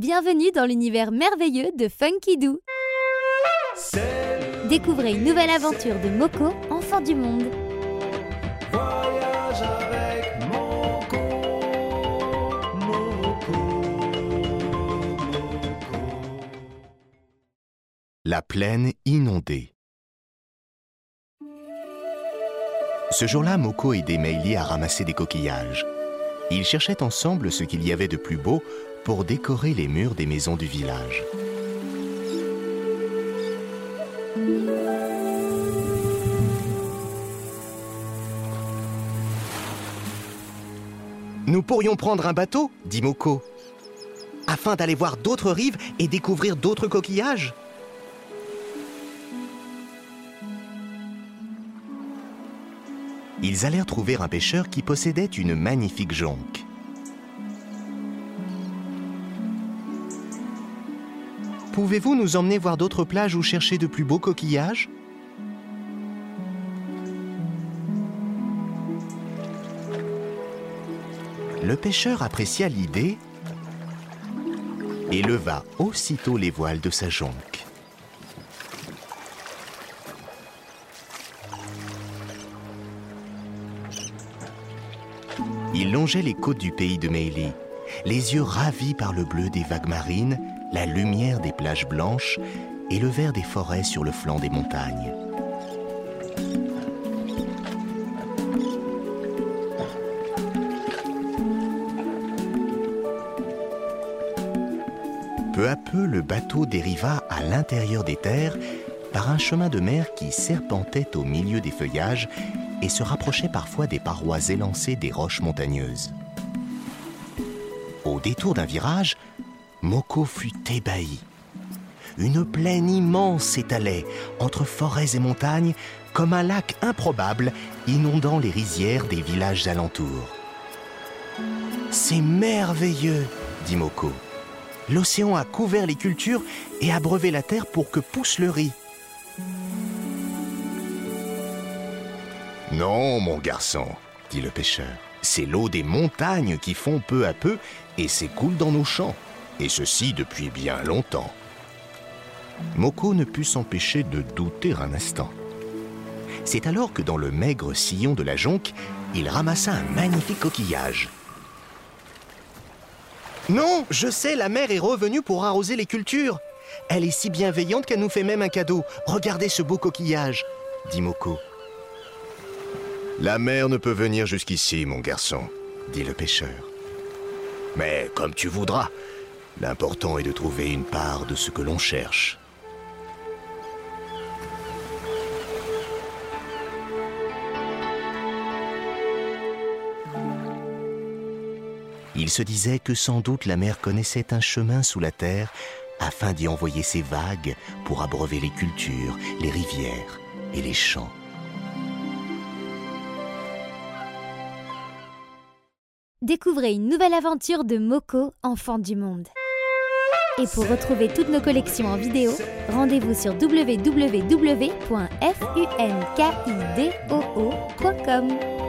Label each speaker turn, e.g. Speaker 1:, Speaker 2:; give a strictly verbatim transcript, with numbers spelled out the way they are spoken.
Speaker 1: Bienvenue dans l'univers merveilleux de Funky Doo. Découvrez une nouvelle aventure de Moko, enfant du monde.
Speaker 2: Voyage avec Moko, Moko, Moko.
Speaker 3: La plaine inondée. Ce jour-là, Moko aidait Meili à ramasser des coquillages. Ils cherchaient ensemble ce qu'il y avait de plus beau pour décorer les murs des maisons du village. Nous pourrions prendre un bateau, dit Moko, afin d'aller voir d'autres rives et découvrir d'autres coquillages. Ils allèrent trouver un pêcheur qui possédait une magnifique jonque. Pouvez-vous nous emmener voir d'autres plages ou chercher de plus beaux coquillages ? Le pêcheur apprécia l'idée et leva aussitôt les voiles de sa jonque. Il longeait les côtes du pays de Meili, les yeux ravis par le bleu des vagues marines, la lumière des plages blanches et le vert des forêts sur le flanc des montagnes. Peu à peu, le bateau dériva à l'intérieur des terres par un chemin de mer qui serpentait au milieu des feuillages et se rapprochait parfois des parois élancées des roches montagneuses. Au détour d'un virage, Moko fut ébahi. Une plaine immense s'étalait entre forêts et montagnes comme un lac improbable inondant les rizières des villages alentours. « C'est merveilleux !» dit Moko. « L'océan a couvert les cultures et abreuvé la terre pour que pousse le riz. » « Non, mon garçon, dit le pêcheur, c'est l'eau des montagnes qui fond peu à peu et s'écoule dans nos champs, et ceci depuis bien longtemps. » Moko ne put s'empêcher de douter un instant. C'est alors que dans le maigre sillon de la jonque, il ramassa un magnifique coquillage. « Non, je sais, la mer est revenue pour arroser les cultures. Elle est si bienveillante qu'elle nous fait même un cadeau. Regardez ce beau coquillage, dit Moko. « La mer ne peut venir jusqu'ici, mon garçon, dit le pêcheur. Mais comme tu voudras, l'important est de trouver une part de ce que l'on cherche. » Il se disait que sans doute la mer connaissait un chemin sous la terre afin d'y envoyer ses vagues pour abreuver les cultures, les rivières et les champs.
Speaker 1: Découvrez une nouvelle aventure de Moko, enfant du monde. Et pour retrouver toutes nos collections en vidéo, rendez-vous sur w w w point funkidoo point com.